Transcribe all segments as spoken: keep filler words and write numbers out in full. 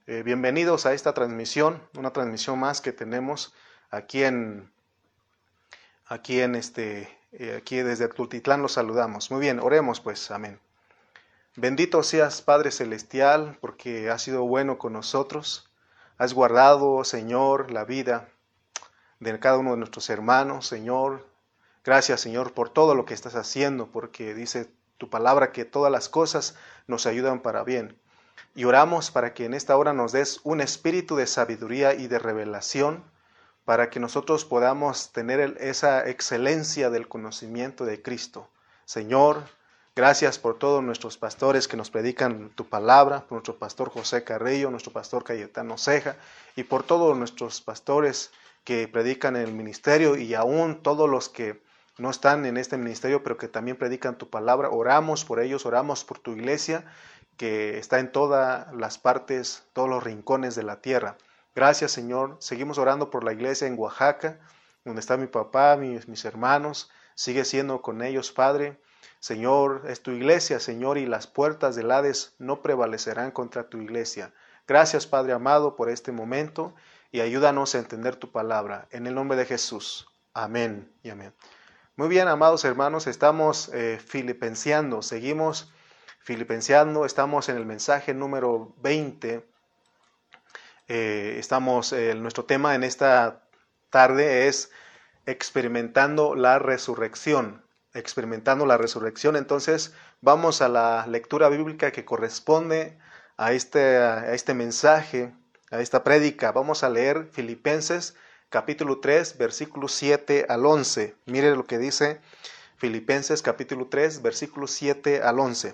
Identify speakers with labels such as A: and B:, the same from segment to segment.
A: Eh, bienvenidos a esta transmisión, una transmisión más que tenemos aquí en, aquí en este, eh, aquí desde Tultitlán los saludamos. Muy bien, oremos pues, amén. Bendito seas, Padre Celestial, porque has sido bueno con nosotros. Has guardado, Señor, la vida de cada uno de nuestros hermanos, Señor. Gracias, Señor, por todo lo que estás haciendo, porque dice tu palabra que todas las cosas nos ayudan para bien. Y oramos para que en esta hora nos des un espíritu de sabiduría y de revelación, para que nosotros podamos tener el, esa excelencia del conocimiento de Cristo. Señor, gracias por todos nuestros pastores que nos predican tu palabra, por nuestro pastor José Carrillo, nuestro pastor Cayetano Ceja, y por todos nuestros pastores que predican en el ministerio, y aún todos los que no están en este ministerio, pero que también predican tu palabra. Oramos por ellos, oramos por tu iglesia, que está en todas las partes, todos los rincones de la tierra. Gracias, Señor. Seguimos orando por la iglesia en Oaxaca, donde está mi papá, mis, mis hermanos. Sigue siendo con ellos, Padre. Señor, es tu iglesia, Señor, y las puertas del Hades no prevalecerán contra tu iglesia. Gracias, Padre amado, por este momento, y ayúdanos a entender tu palabra. En el nombre de Jesús. Amén y amén. Muy bien, amados hermanos, estamos eh, filipenseando, seguimos Filipenseando, estamos en el mensaje número veinte. Eh, estamos, eh, nuestro tema en esta tarde es experimentando la resurrección. Experimentando la resurrección. Entonces, vamos a la lectura bíblica que corresponde a este, a este mensaje, a esta prédica. Vamos a leer Filipenses capítulo tres, versículos siete al once. Mire lo que dice Filipenses capítulo tres, versículos siete al once.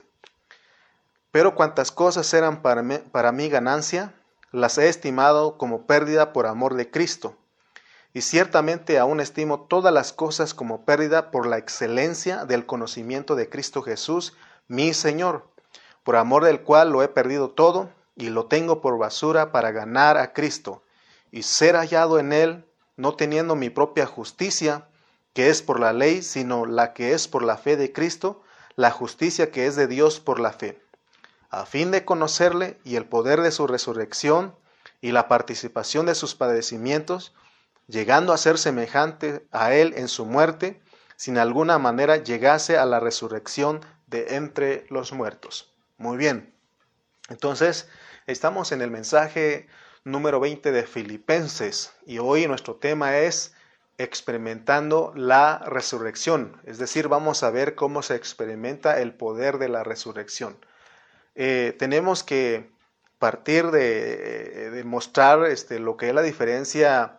A: Pero cuantas cosas eran para mí, para mí ganancia, las he estimado como pérdida por amor de Cristo. Y ciertamente aún estimo todas las cosas como pérdida por la excelencia del conocimiento de Cristo Jesús, mi Señor, por amor del cual lo he perdido todo y lo tengo por basura para ganar a Cristo y ser hallado en Él, no teniendo mi propia justicia, que es por la ley, sino la que es por la fe de Cristo, la justicia que es de Dios por la fe, a fin de conocerle y el poder de su resurrección y la participación de sus padecimientos, llegando a ser semejante a él en su muerte, sin alguna manera llegase a la resurrección de entre los muertos. Muy bien, entonces estamos en el mensaje número veinte de Filipenses y hoy nuestro tema es experimentando la resurrección, es decir, vamos a ver cómo se experimenta el poder de la resurrección. Eh, tenemos que partir de, de mostrar este, lo que es la diferencia,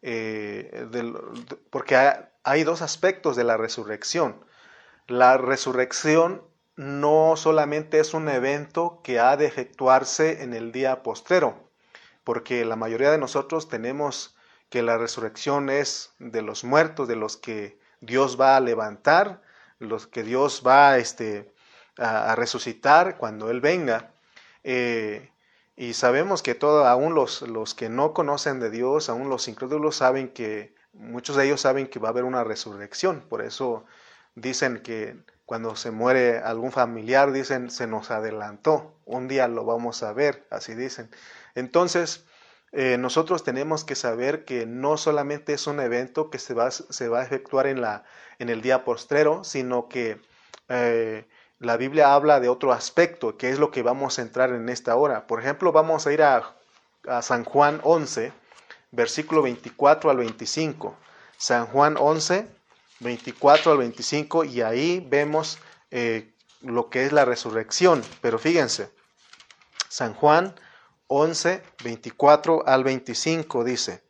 A: eh, del, porque hay, hay dos aspectos de la resurrección. La resurrección no solamente es un evento que ha de efectuarse en el día postrero, porque la mayoría de nosotros tenemos que la resurrección es de los muertos, de los que Dios va a levantar, los que Dios va este, a, a resucitar cuando Él venga. Eh, y sabemos que todo, aún los, los que no conocen de Dios, aún los incrédulos saben que, muchos de ellos saben que va a haber una resurrección. Por eso dicen que cuando se muere algún familiar, dicen, se nos adelantó, un día lo vamos a ver, así dicen. Entonces, eh, nosotros tenemos que saber que no solamente es un evento que se va, se va a efectuar en, la, en el día postrero, sino que eh, la Biblia habla de otro aspecto, que es lo que vamos a entrar en esta hora. Por ejemplo, vamos a ir a, a San Juan once, versículo veinticuatro al veinticinco. San Juan once, veinticuatro al veinticinco, y ahí vemos eh, lo que es la resurrección. Pero fíjense, San Juan once, veinticuatro al veinticinco dice: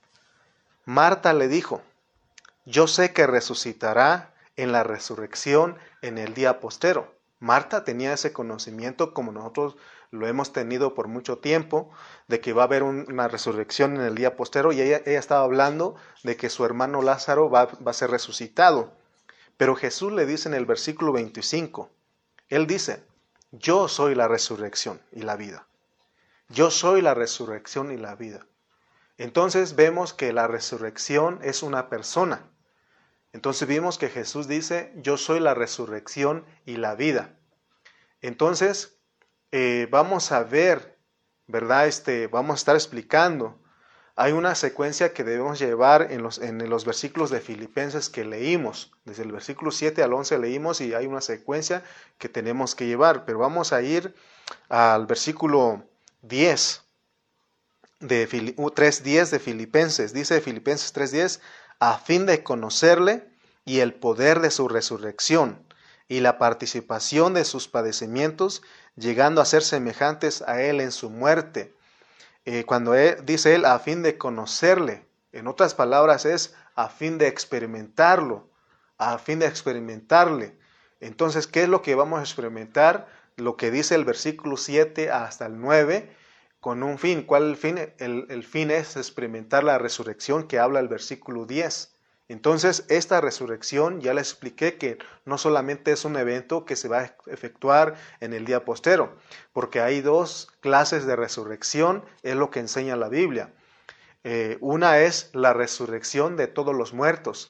A: Marta le dijo, yo sé que resucitará en la resurrección en el día postero. Marta tenía ese conocimiento, como nosotros lo hemos tenido por mucho tiempo, de que va a haber un, una resurrección en el día postero, y ella, ella estaba hablando de que su hermano Lázaro va, va a ser resucitado. Pero Jesús le dice en el versículo veinticinco, Él dice, yo soy la resurrección y la vida. Yo soy la resurrección y la vida. Entonces vemos que la resurrección es una persona. Entonces vimos que Jesús dice, yo soy la resurrección y la vida. Entonces eh, vamos a ver ¿verdad? Este, vamos a estar explicando. Hay una secuencia que debemos llevar en los, en los versículos de Filipenses que leímos. Desde el versículo siete al once leímos y hay una secuencia que tenemos que llevar. Pero vamos a ir al versículo diez de tres diez de Filipenses. Dice Filipenses tres diez, a fin de conocerle y el poder de su resurrección y la participación de sus padecimientos, llegando a ser semejantes a él en su muerte. Eh, cuando él, dice él, a fin de conocerle, en otras palabras es a fin de experimentarlo, a fin de experimentarle. Entonces, ¿qué es lo que vamos a experimentar? Lo que dice el versículo siete hasta el nueve, con un fin. ¿Cuál es el fin? El, el fin es experimentar la resurrección que habla el versículo diez. Entonces, esta resurrección, ya les expliqué que no solamente es un evento que se va a efectuar en el día postero, porque hay dos clases de resurrección, es lo que enseña la Biblia. Eh, una es la resurrección de todos los muertos,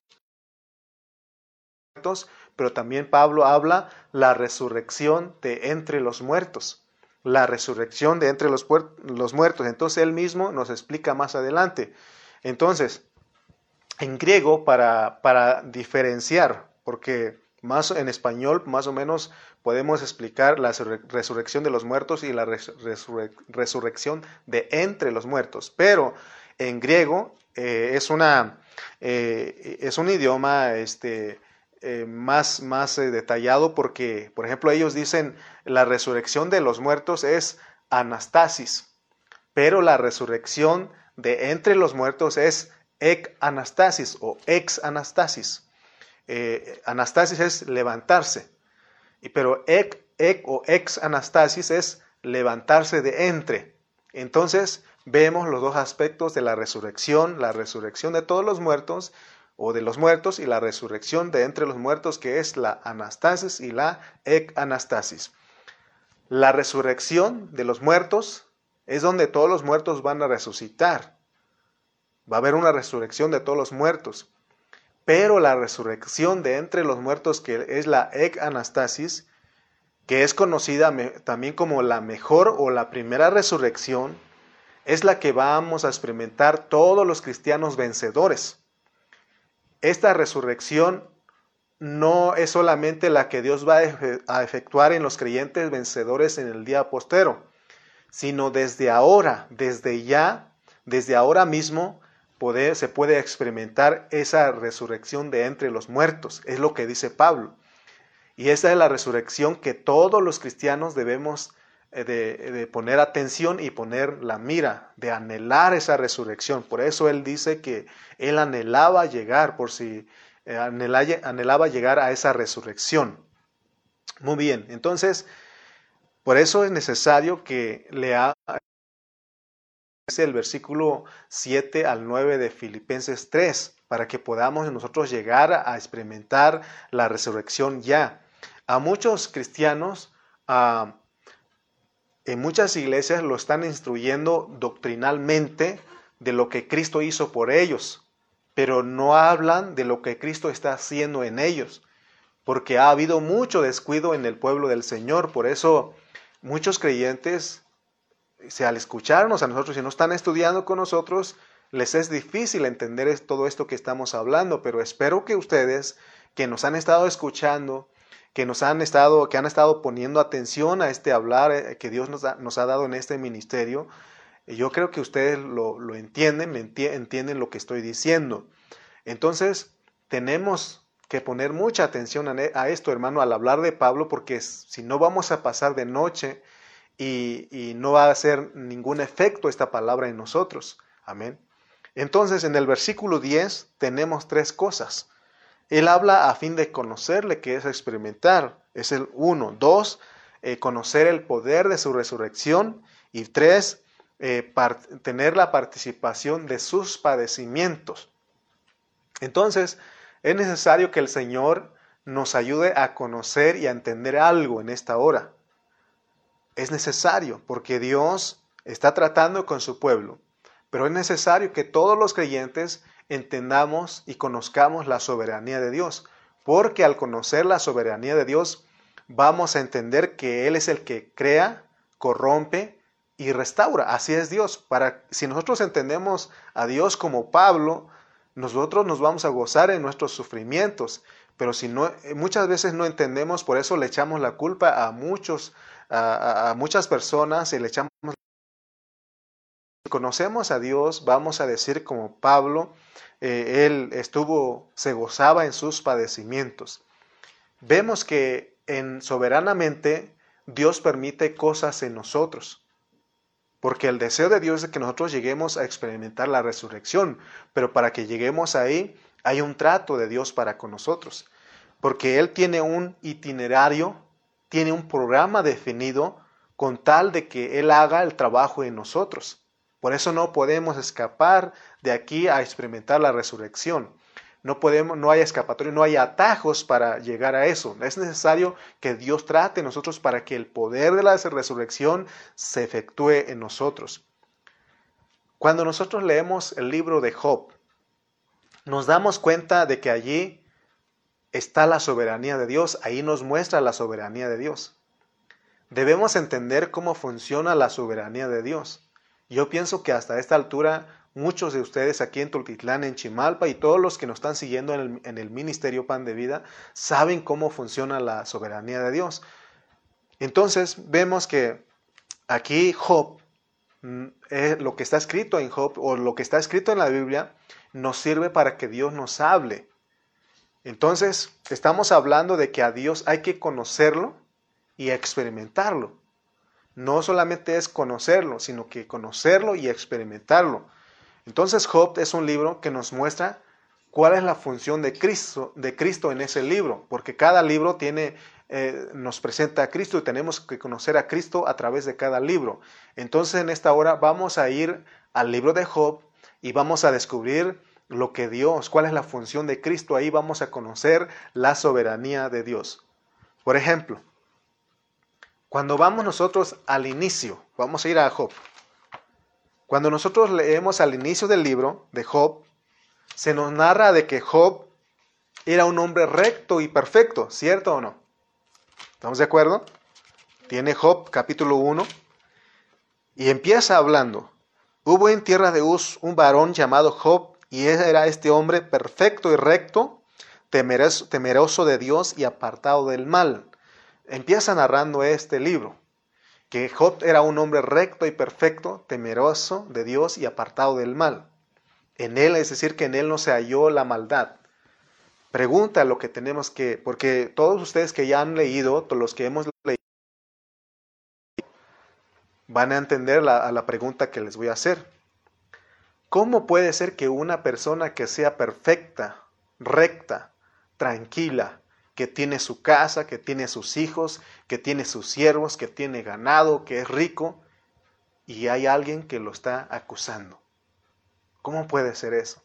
A: pero también Pablo habla la resurrección de entre los muertos, la resurrección de entre los, los muertos. Entonces, él mismo nos explica más adelante. Entonces, en griego, para, para diferenciar, porque más en español más o menos podemos explicar la resurrección de los muertos y la resurre, resurrección de entre los muertos, pero en griego eh, es, una, eh, es un idioma este, eh, más, más eh, detallado porque, por ejemplo, ellos dicen la resurrección de los muertos es anastasis, pero la resurrección de entre los muertos es ek anastasis o ex anastasis. Eh, anastasis es levantarse, pero ek, ek o ex anastasis es levantarse de entre. Entonces vemos los dos aspectos de la resurrección, la resurrección de todos los muertos o de los muertos y la resurrección de entre los muertos, que es la anastasis y la ek anastasis. La resurrección de los muertos es donde todos los muertos van a resucitar. Va a haber una resurrección de todos los muertos. Pero la resurrección de entre los muertos, que es la ek anastasis, que es conocida también como la mejor o la primera resurrección, es la que vamos a experimentar todos los cristianos vencedores. Esta resurrección no es solamente la que Dios va a efectuar en los creyentes vencedores en el día postero, sino desde ahora, desde ya, desde ahora mismo, Poder, se puede experimentar esa resurrección de entre los muertos, es lo que dice Pablo. Y esa es la resurrección que todos los cristianos debemos de, de poner atención y poner la mira, de anhelar esa resurrección. Por eso él dice que él anhelaba llegar, por si eh, anhelaba, anhelaba llegar a esa resurrección. Muy bien, entonces, por eso es necesario que lea el versículo siete al nueve de Filipenses tres, para que podamos nosotros llegar a experimentar la resurrección ya. A muchos cristianos, uh, en muchas iglesias lo están instruyendo doctrinalmente de lo que Cristo hizo por ellos, pero no hablan de lo que Cristo está haciendo en ellos, porque ha habido mucho descuido en el pueblo del Señor. Por eso muchos creyentes, si al escucharnos a nosotros y no están estudiando con nosotros, les es difícil entender todo esto que estamos hablando, pero espero que ustedes que nos han estado escuchando, que nos han estado, que han estado poniendo atención a este hablar que Dios nos, da, nos ha dado en este ministerio, yo creo que ustedes lo, lo entienden, me enti- entienden lo que estoy diciendo. Entonces, tenemos que poner mucha atención a, a esto, hermano, al hablar de Pablo, porque si no vamos a pasar de noche Y, y no va a hacer ningún efecto esta palabra en nosotros. Amén. Entonces, en el versículo diez tenemos tres cosas. Él habla a fin de conocerle, que es experimentar. Es el uno. Dos, eh, conocer el poder de su resurrección. Y tres, eh, tener la participación de sus padecimientos. Entonces, es necesario que el Señor nos ayude a conocer y a entender algo en esta hora. Es necesario, porque Dios está tratando con su pueblo, pero es necesario que todos los creyentes entendamos y conozcamos la soberanía de Dios, porque al conocer la soberanía de Dios, vamos a entender que Él es el que crea, corrompe y restaura. Así es Dios. Para, si nosotros entendemos a Dios como Pablo, nosotros nos vamos a gozar en nuestros sufrimientos. Pero si no, muchas veces no entendemos, por eso le echamos la culpa a muchos, a, a, a muchas personas y le echamos. Si conocemos a Dios, vamos a decir como Pablo, eh, él estuvo, se gozaba en sus padecimientos. Vemos que en soberanamente Dios permite cosas en nosotros. Porque el deseo de Dios es que nosotros lleguemos a experimentar la resurrección, pero para que lleguemos ahí hay un trato de Dios para con nosotros, porque Él tiene un itinerario, tiene un programa definido con tal de que Él haga el trabajo en nosotros. Por eso no podemos escapar de aquí a experimentar la resurrección. No podemos, no hay escapatoria, no hay atajos para llegar a eso. Es necesario que Dios trate en nosotros para que el poder de la resurrección se efectúe en nosotros. Cuando nosotros leemos el libro de Job, nos damos cuenta de que allí está la soberanía de Dios, ahí nos muestra la soberanía de Dios. Debemos entender cómo funciona la soberanía de Dios. Yo pienso que hasta esta altura muchos de ustedes aquí en Tultitlán, en Chimalpa y todos los que nos están siguiendo en el, en el Ministerio Pan de Vida saben cómo funciona la soberanía de Dios. Entonces vemos que aquí Job, eh, lo que está escrito en Job o lo que está escrito en la Biblia nos sirve para que Dios nos hable. Entonces estamos hablando de que a Dios hay que conocerlo y experimentarlo. No solamente es conocerlo, sino que conocerlo y experimentarlo. Entonces Job es un libro que nos muestra cuál es la función de Cristo, de Cristo en ese libro, porque cada libro tiene, eh, nos presenta a Cristo y tenemos que conocer a Cristo a través de cada libro. Entonces en esta hora vamos a ir al libro de Job y vamos a descubrir lo que Dios, cuál es la función de Cristo. Ahí vamos a conocer la soberanía de Dios. Por ejemplo, cuando vamos nosotros al inicio, vamos a ir a Job. Cuando nosotros leemos al inicio del libro de Job, se nos narra de que Job era un hombre recto y perfecto, ¿cierto o no? ¿Estamos de acuerdo? Tiene Job capítulo uno y empieza hablando. Hubo en tierra de Uz un varón llamado Job y era este hombre perfecto y recto, temeroso, temeroso de Dios y apartado del mal. Empieza narrando este libro, que Job era un hombre recto y perfecto, temeroso de Dios y apartado del mal. En él, es decir, que en él no se halló la maldad. Pregunta lo que tenemos que, porque todos ustedes que ya han leído, todos los que hemos leído, van a entender la, a la pregunta que les voy a hacer. ¿Cómo puede ser que una persona que sea perfecta, recta, tranquila, que tiene su casa, que tiene sus hijos, que tiene sus siervos, que tiene ganado, que es rico, y hay alguien que lo está acusando? ¿Cómo puede ser eso?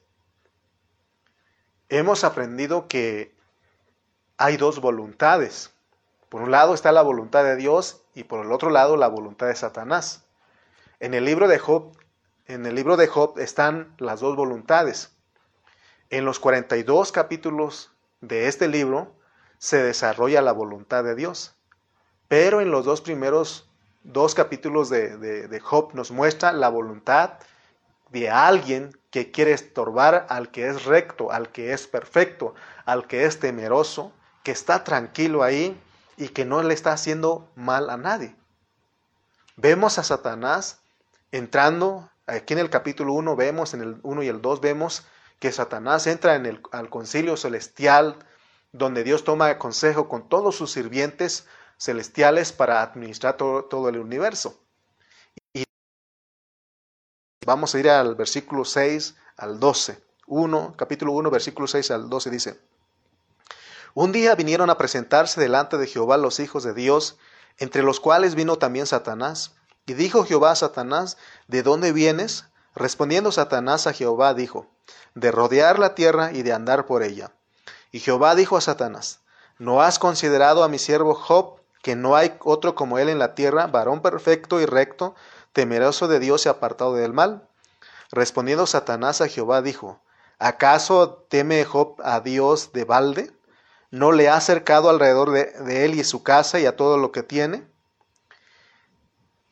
A: Hemos aprendido que hay dos voluntades. Por un lado está la voluntad de Dios y por el otro lado la voluntad de Satanás. En el libro de Job, en el libro de Job están las dos voluntades. En los cuarenta y dos capítulos de este libro se desarrolla la voluntad de Dios. Pero en los dos primeros dos capítulos de, de, de Job nos muestra la voluntad de alguien que quiere estorbar al que es recto, al que es perfecto, al que es temeroso, que está tranquilo ahí y que no le está haciendo mal a nadie. Vemos a Satanás entrando, aquí en el capítulo uno vemos, en el uno y el dos vemos que Satanás entra en el, al concilio celestial, donde Dios toma consejo con todos sus sirvientes celestiales para administrar todo, todo el universo. Y vamos a ir al versículo seis al doce. uno, capítulo uno, versículo seis al doce dice: Un día vinieron a presentarse delante de Jehová los hijos de Dios, entre los cuales vino también Satanás. Y dijo Jehová a Satanás: ¿De dónde vienes? Respondiendo Satanás a Jehová dijo: De rodear la tierra y de andar por ella. Y Jehová dijo a Satanás: ¿No has considerado a mi siervo Job, que no hay otro como él en la tierra, varón perfecto y recto, temeroso de Dios y apartado del mal? Respondiendo Satanás a Jehová dijo: ¿Acaso teme Job a Dios de balde? ¿No le ha cercado alrededor de, de él y su casa y a todo lo que tiene?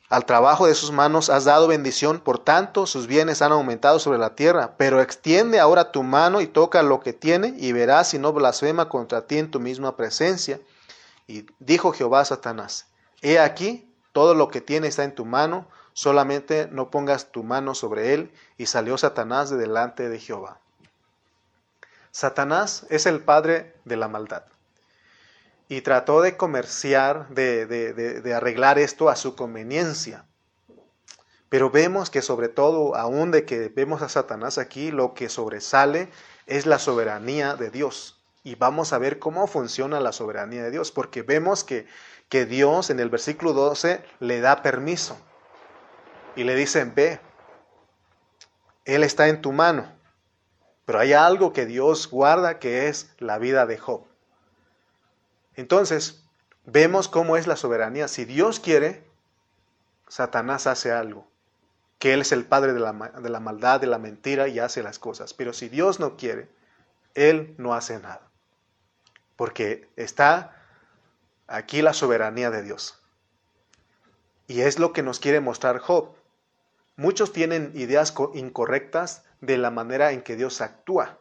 A: Al trabajo de sus manos has dado bendición, por tanto sus bienes han aumentado sobre la tierra. Pero extiende ahora tu mano y toca lo que tiene, y verás si no blasfema contra ti en tu misma presencia. Y dijo Jehová a Satanás: He aquí, todo lo que tiene está en tu mano, solamente no pongas tu mano sobre él. Y salió Satanás de delante de Jehová. Satanás es el padre de la maldad. Y trató de comerciar, de, de, de, de arreglar esto a su conveniencia. Pero vemos que sobre todo, aún de que vemos a Satanás aquí, lo que sobresale es la soberanía de Dios. Y vamos a ver cómo funciona la soberanía de Dios, porque vemos que, que Dios en el versículo doce le da permiso. Y le dicen: ve, Él está en tu mano. Pero hay algo que Dios guarda, que es la vida de Job. Entonces, vemos cómo es la soberanía. Si Dios quiere, Satanás hace algo. Que Él es el padre de la, de la maldad, de la mentira, y hace las cosas. Pero si Dios no quiere, Él no hace nada. Porque está aquí la soberanía de Dios. Y es lo que nos quiere mostrar Job. Muchos tienen ideas incorrectas de la manera en que Dios actúa.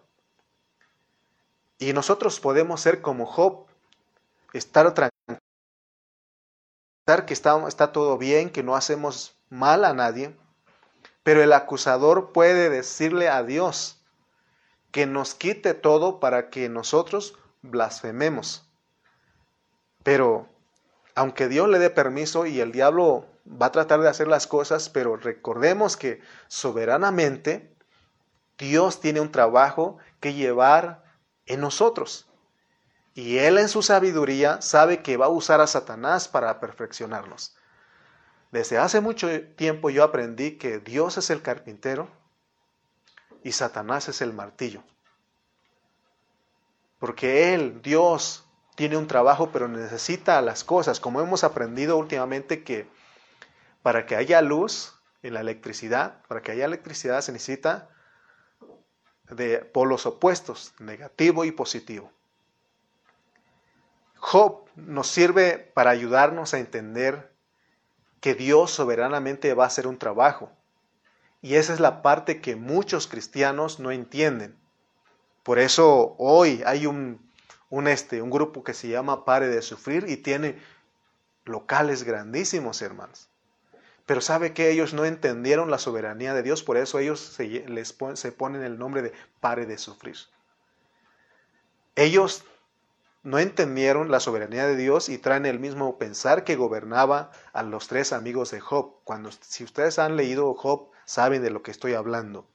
A: Y nosotros podemos ser como Job. Estar tranquilos, que está, está todo bien, que no hacemos mal a nadie, pero el acusador puede decirle a Dios que nos quite todo para que nosotros blasfememos. Pero aunque Dios le dé permiso y el diablo va a tratar de hacer las cosas, pero recordemos que soberanamente Dios tiene un trabajo que llevar en nosotros. Y Él en su sabiduría sabe que va a usar a Satanás para perfeccionarnos. Desde hace mucho tiempo yo aprendí que Dios es el carpintero y Satanás es el martillo. Porque Él, Dios, tiene un trabajo, pero necesita las cosas. Como hemos aprendido últimamente que para que haya luz en la electricidad, para que haya electricidad se necesita de polos opuestos, negativo y positivo. Job nos sirve para ayudarnos a entender que Dios soberanamente va a hacer un trabajo. Y esa es la parte que muchos cristianos no entienden. Por eso hoy hay un, un, este, un grupo que se llama Pare de Sufrir y tiene locales grandísimos, hermanos. Pero ¿sabe qué? Ellos no entendieron la soberanía de Dios, por eso ellos se, les pon, se ponen el nombre de Pare de Sufrir. Ellos no entendieron la soberanía de Dios y traen el mismo pensar que gobernaba a los tres amigos de Job. Cuando, si ustedes han leído Job, saben de lo que estoy hablando.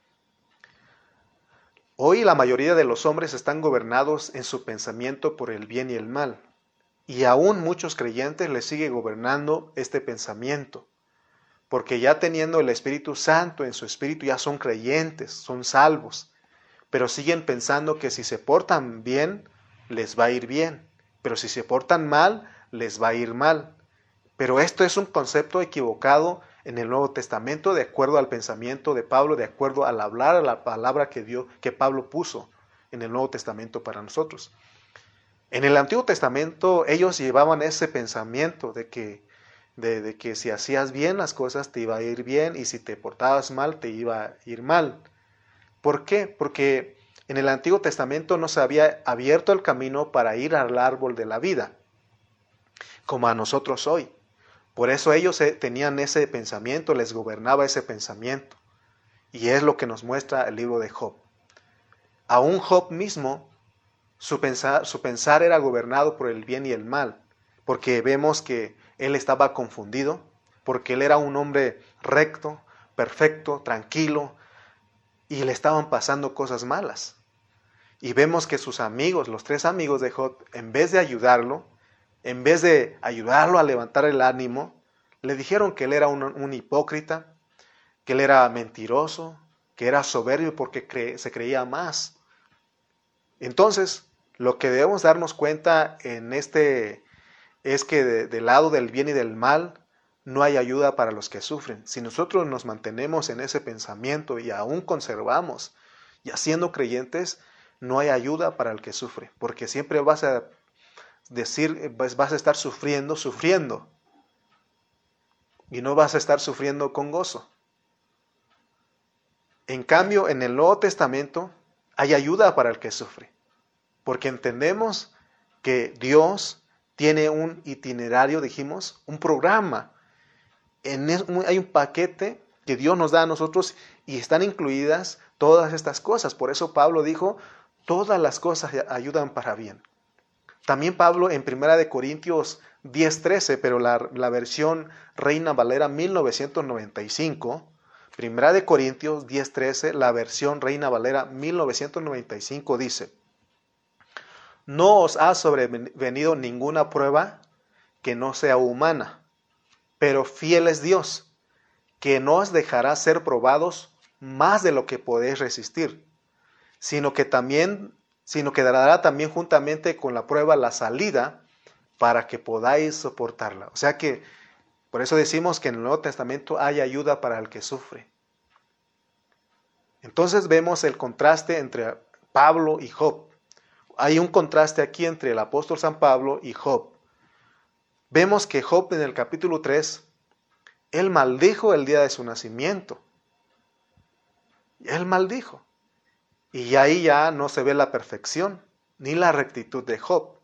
A: Hoy la mayoría de los hombres están gobernados en su pensamiento por el bien y el mal. Y aún muchos creyentes les sigue gobernando este pensamiento. Porque ya teniendo el Espíritu Santo en su espíritu ya son creyentes, son salvos. Pero siguen pensando que si se portan bien, les va a ir bien, pero si se portan mal, les va a ir mal. Pero esto es un concepto equivocado en el Nuevo Testamento, de acuerdo al pensamiento de Pablo, de acuerdo al hablar, a la palabra que dio, que Pablo puso en el Nuevo Testamento para nosotros. En el Antiguo Testamento ellos llevaban ese pensamiento de que, de, de que si hacías bien las cosas te iba a ir bien y si te portabas mal te iba a ir mal. ¿Por qué? Porque en el Antiguo Testamento no se había abierto el camino para ir al árbol de la vida, como a nosotros hoy. Por eso ellos tenían ese pensamiento, les gobernaba ese pensamiento. Y es lo que nos muestra el libro de Job. Aún Job mismo, su pensar, su pensar era gobernado por el bien y el mal, porque vemos que él estaba confundido, porque él era un hombre recto, perfecto, tranquilo, y le estaban pasando cosas malas. Y vemos que sus amigos, los tres amigos de Job, en vez de ayudarlo, en vez de ayudarlo a levantar el ánimo, le dijeron que él era un, un hipócrita, que él era mentiroso, que era soberbio porque cre- se creía más. Entonces, lo que debemos darnos cuenta en este es que de, del lado del bien y del mal no hay ayuda para los que sufren. Si nosotros nos mantenemos en ese pensamiento y aún conservamos, y siendo creyentes, no hay ayuda para el que sufre, porque siempre vas a decir, vas a estar sufriendo, sufriendo. y no vas a estar sufriendo con gozo. En cambio, en el Nuevo Testamento hay ayuda para el que sufre, porque entendemos que Dios tiene un itinerario, dijimos, un programa. En es, hay un paquete que Dios nos da a nosotros y están incluidas todas estas cosas. Por eso Pablo dijo, todas las cosas ayudan para bien. También Pablo en Primera de Corintios diez trece, pero la, la versión Reina Valera mil novecientos noventa y cinco, Primera de Corintios diez trece, la versión Reina Valera mil novecientos noventa y cinco dice, no os ha sobrevenido ninguna prueba que no sea humana, pero fiel es Dios, que no os dejará ser probados más de lo que podéis resistir, sino que también, sino que dará también juntamente con la prueba la salida para que podáis soportarla. O sea que, por eso decimos que en el Nuevo Testamento hay ayuda para el que sufre. Entonces vemos el contraste entre Pablo y Job. Hay un contraste aquí entre el apóstol San Pablo y Job. Vemos que Job en el capítulo tres, él maldijo el día de su nacimiento. Él maldijo. Y ahí ya no se ve la perfección ni la rectitud de Job.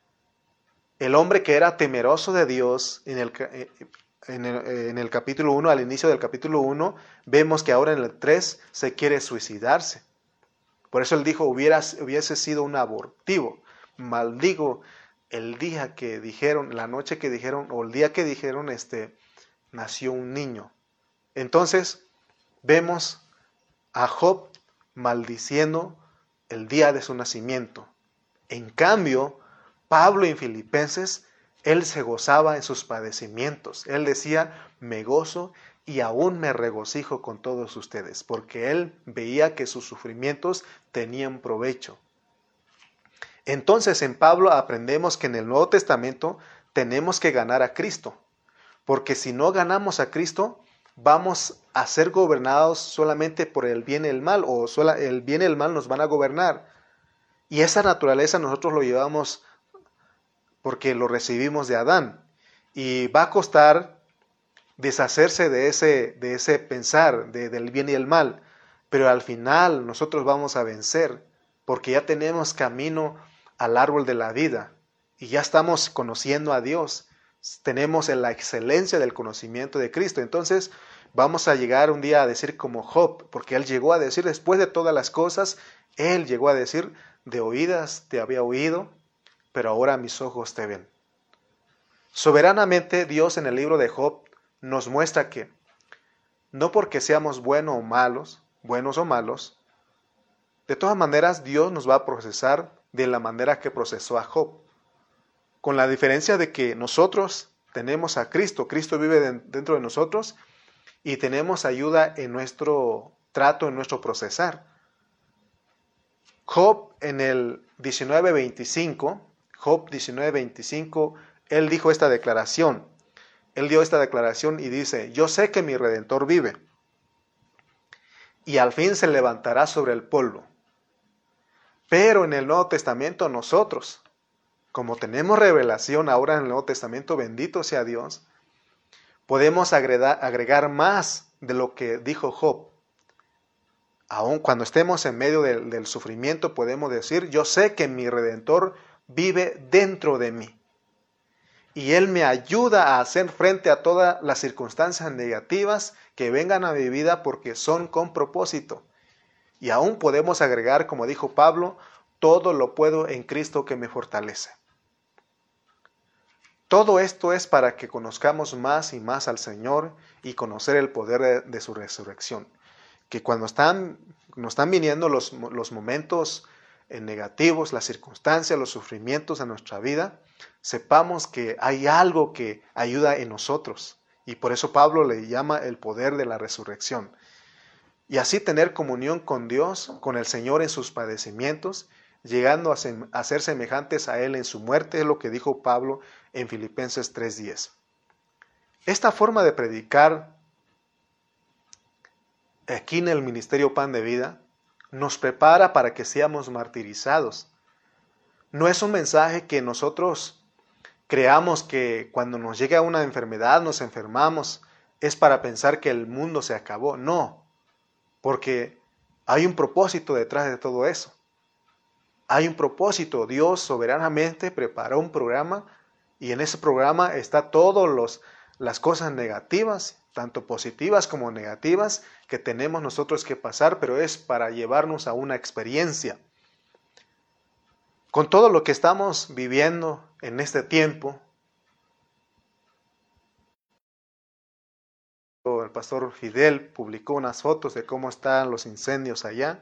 A: El hombre que era temeroso de Dios en el, en el, en el capítulo uno, al inicio del capítulo uno, vemos que ahora en el tres se quiere suicidarse. Por eso él dijo, hubiera, hubiese sido un abortivo. Maldigo el día que dijeron, la noche que dijeron, o el día que dijeron, este, nació un niño. Entonces, vemos a Job maldiciendo el día de su nacimiento. En cambio, Pablo en Filipenses, él se gozaba en sus padecimientos. Él decía, me gozo y aún me regocijo con todos ustedes, porque él veía que sus sufrimientos tenían provecho. Entonces en Pablo aprendemos que en el Nuevo Testamento tenemos que ganar a Cristo, porque si no ganamos a Cristo, vamos a ser gobernados solamente por el bien y el mal, o solo el bien y el mal nos van a gobernar. Y esa naturaleza nosotros lo llevamos porque lo recibimos de Adán. Y va a costar deshacerse de ese, de ese pensar de, del bien y el mal. Pero al final nosotros vamos a vencer, porque ya tenemos camino al árbol de la vida. Y ya estamos conociendo a Dios. Tenemos la excelencia del conocimiento de Cristo. Entonces vamos a llegar un día a decir como Job, porque él llegó a decir, después de todas las cosas, él llegó a decir, de oídas te había oído, pero ahora mis ojos te ven. Soberanamente Dios en el libro de Job nos muestra que no porque seamos buenos o malos, buenos o malos, de todas maneras Dios nos va a procesar de la manera que procesó a Job, con la diferencia de que nosotros tenemos a Cristo, Cristo vive dentro de nosotros y tenemos ayuda en nuestro trato, en nuestro procesar. Job en el diecinueve veinticinco, Job diecinueve veinticinco, él dijo esta declaración. Él dio esta declaración y dice, yo sé que mi Redentor vive y al fin se levantará sobre el polvo. Pero en el Nuevo Testamento nosotros, como tenemos revelación ahora en el Nuevo Testamento, bendito sea Dios, podemos agregar, agregar más de lo que dijo Job. Aun cuando estemos en medio del, del sufrimiento podemos decir, yo sé que mi Redentor vive dentro de mí. Y Él me ayuda a hacer frente a todas las circunstancias negativas que vengan a mi vida porque son con propósito. Y aún podemos agregar, como dijo Pablo, todo lo puedo en Cristo que me fortalece. Todo esto es para que conozcamos más y más al Señor y conocer el poder de, de su resurrección. Que cuando están, nos están viniendo los, los momentos negativos, las circunstancias, los sufrimientos en nuestra vida, sepamos que hay algo que ayuda en nosotros. Y por eso Pablo le llama el poder de la resurrección. Y así tener comunión con Dios, con el Señor en sus padecimientos, llegando a, sem- a ser semejantes a Él en su muerte, es lo que dijo Pablo en Filipenses tres diez. Esta forma de predicar aquí en el Ministerio Pan de Vida nos prepara para que seamos martirizados. No es un mensaje que nosotros creamos que cuando nos llega una enfermedad, nos enfermamos, es para pensar que el mundo se acabó. No, porque hay un propósito detrás de todo eso. Hay un propósito. Dios soberanamente preparó un programa y en ese programa está todas las cosas negativas, tanto positivas como negativas, que tenemos nosotros que pasar, pero es para llevarnos a una experiencia. Con todo lo que estamos viviendo en este tiempo, el pastor Fidel publicó unas fotos de cómo están los incendios allá.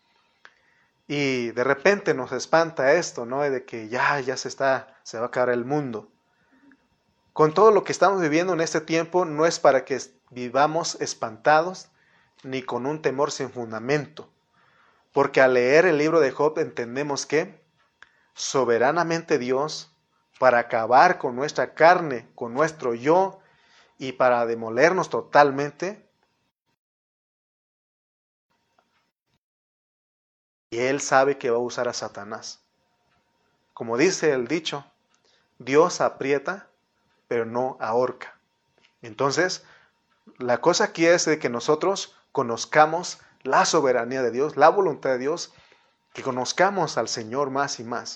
A: Y de repente nos espanta esto, ¿no? De que ya, ya se está, se va a acabar el mundo. Con todo lo que estamos viviendo en este tiempo, no es para que vivamos espantados ni con un temor sin fundamento. Porque al leer el libro de Job entendemos que soberanamente Dios, para acabar con nuestra carne, con nuestro yo, y para demolernos totalmente, y Él sabe que va a usar a Satanás. Como dice el dicho, Dios aprieta, pero no ahorca. Entonces, la cosa aquí es de que nosotros conozcamos la soberanía de Dios, la voluntad de Dios, que conozcamos al Señor más y más.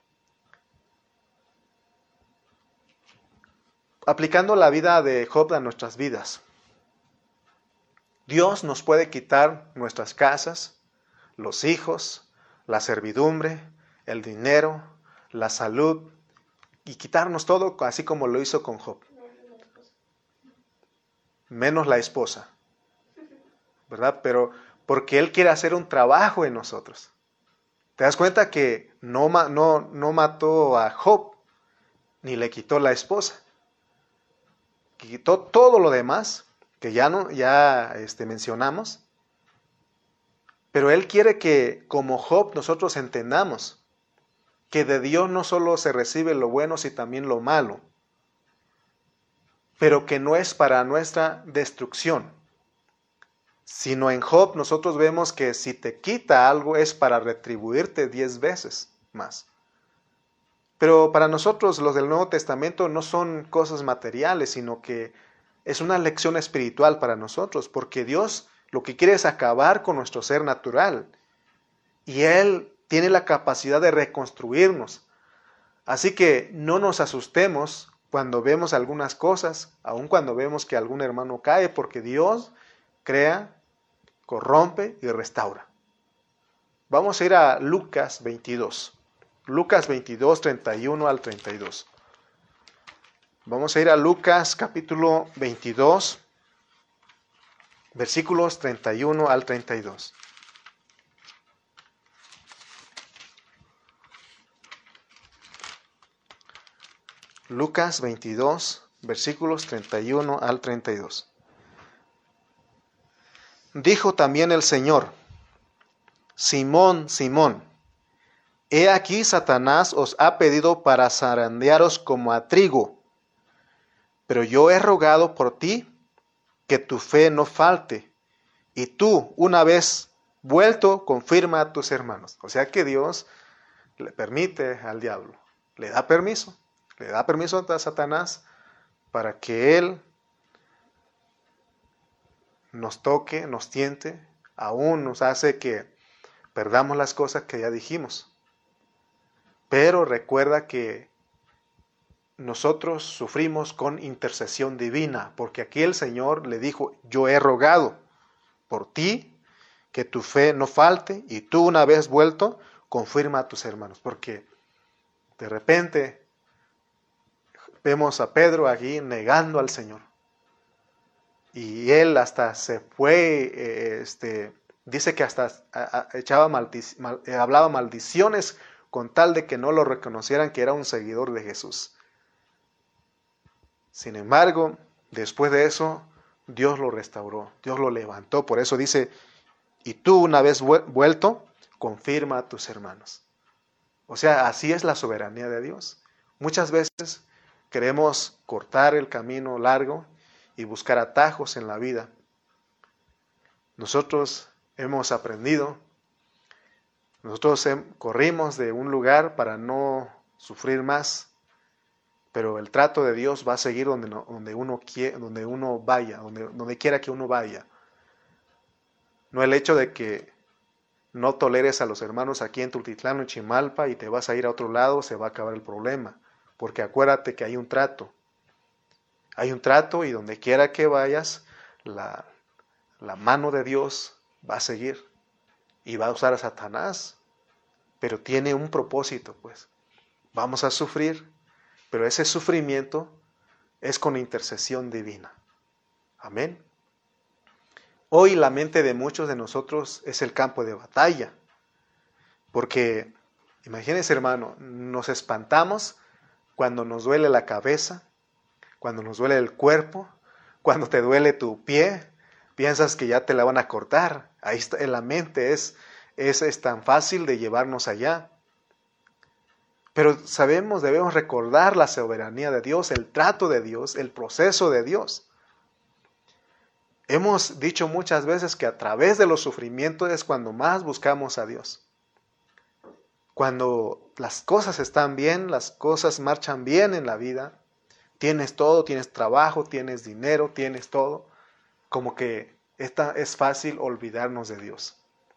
A: Aplicando la vida de Job a nuestras vidas. Dios nos puede quitar nuestras casas, los hijos, la servidumbre, el dinero, la salud, y quitarnos todo así como lo hizo con Job. Menos la esposa, ¿verdad? Pero porque Él quiere hacer un trabajo en nosotros. ¿Te das cuenta que no, no, no mató a Job, ni le quitó la esposa? Quitó todo lo demás, que ya, no, ya este, mencionamos. Pero Él quiere que, como Job, nosotros entendamos que de Dios no solo se recibe lo bueno, sino también lo malo, pero que no es para nuestra destrucción, sino en Job nosotros vemos que si te quita algo es para retribuirte diez veces más. Pero para nosotros los del Nuevo Testamento no son cosas materiales, sino que es una lección espiritual para nosotros, porque Dios lo que quiere es acabar con nuestro ser natural, y Él tiene la capacidad de reconstruirnos. Así que no nos asustemos cuando vemos algunas cosas, aun cuando vemos que algún hermano cae, porque Dios crea, corrompe y restaura. Vamos a ir a Lucas veintidós. Lucas veintidós, treinta y uno al treinta y dos. Vamos a ir a Lucas capítulo veintidós, versículos treinta y uno al treinta y dos. Lucas veintidós, versículos treinta y uno al treinta y dos. Dijo también el Señor: Simón, Simón, he aquí Satanás os ha pedido para zarandearos como a trigo, pero yo he rogado por ti que tu fe no falte, y tú, una vez vuelto, confirma a tus hermanos. O sea que Dios le permite al diablo, le da permiso, le da permiso a Satanás para que él nos toque, nos tiente, aún nos hace que perdamos las cosas que ya dijimos. Pero recuerda que nosotros sufrimos con intercesión divina, porque aquí el Señor le dijo: yo he rogado por ti que tu fe no falte, y tú, una vez vuelto, confirma a tus hermanos. Porque de repente vemos a Pedro aquí negando al Señor, y él hasta se fue, eh, este, dice que hasta a, a, echaba maldic mal, eh, hablaba maldiciones con tal de que no lo reconocieran que era un seguidor de Jesús. Sin embargo, después de eso, Dios lo restauró, Dios lo levantó. Por eso dice: y tú, una vez vuelto, confirma a tus hermanos. O sea, así es la soberanía de Dios. Muchas veces queremos cortar el camino largo y buscar atajos en la vida. Nosotros hemos aprendido, nosotros corrimos de un lugar para no sufrir más, pero el trato de Dios va a seguir donde, no, donde, uno, quiere, donde uno vaya, donde, donde quiera que uno vaya. No el hecho de que no toleres a los hermanos aquí en Tultitlán o en Chimalpa y te vas a ir a otro lado, se va a acabar el problema. Porque acuérdate que hay un trato. Hay un trato y donde quiera que vayas, la, la mano de Dios va a seguir. Y va a usar a Satanás. Pero tiene un propósito, pues. Vamos a sufrir, pero ese sufrimiento es con intercesión divina. Amén. Hoy la mente de muchos de nosotros es el campo de batalla. Porque, imagínense hermano, nos espantamos cuando nos duele la cabeza, cuando nos duele el cuerpo, cuando te duele tu pie, piensas que ya te la van a cortar. Ahí está, en la mente es, es, es tan fácil de llevarnos allá. Pero sabemos, debemos recordar la soberanía de Dios, el trato de Dios, el proceso de Dios. Hemos dicho muchas veces que a través de los sufrimientos es cuando más buscamos a Dios. Cuando las cosas están bien, las cosas marchan bien en la vida, tienes todo, tienes trabajo, tienes dinero, tienes todo, como que esta es fácil olvidarnos de Dios.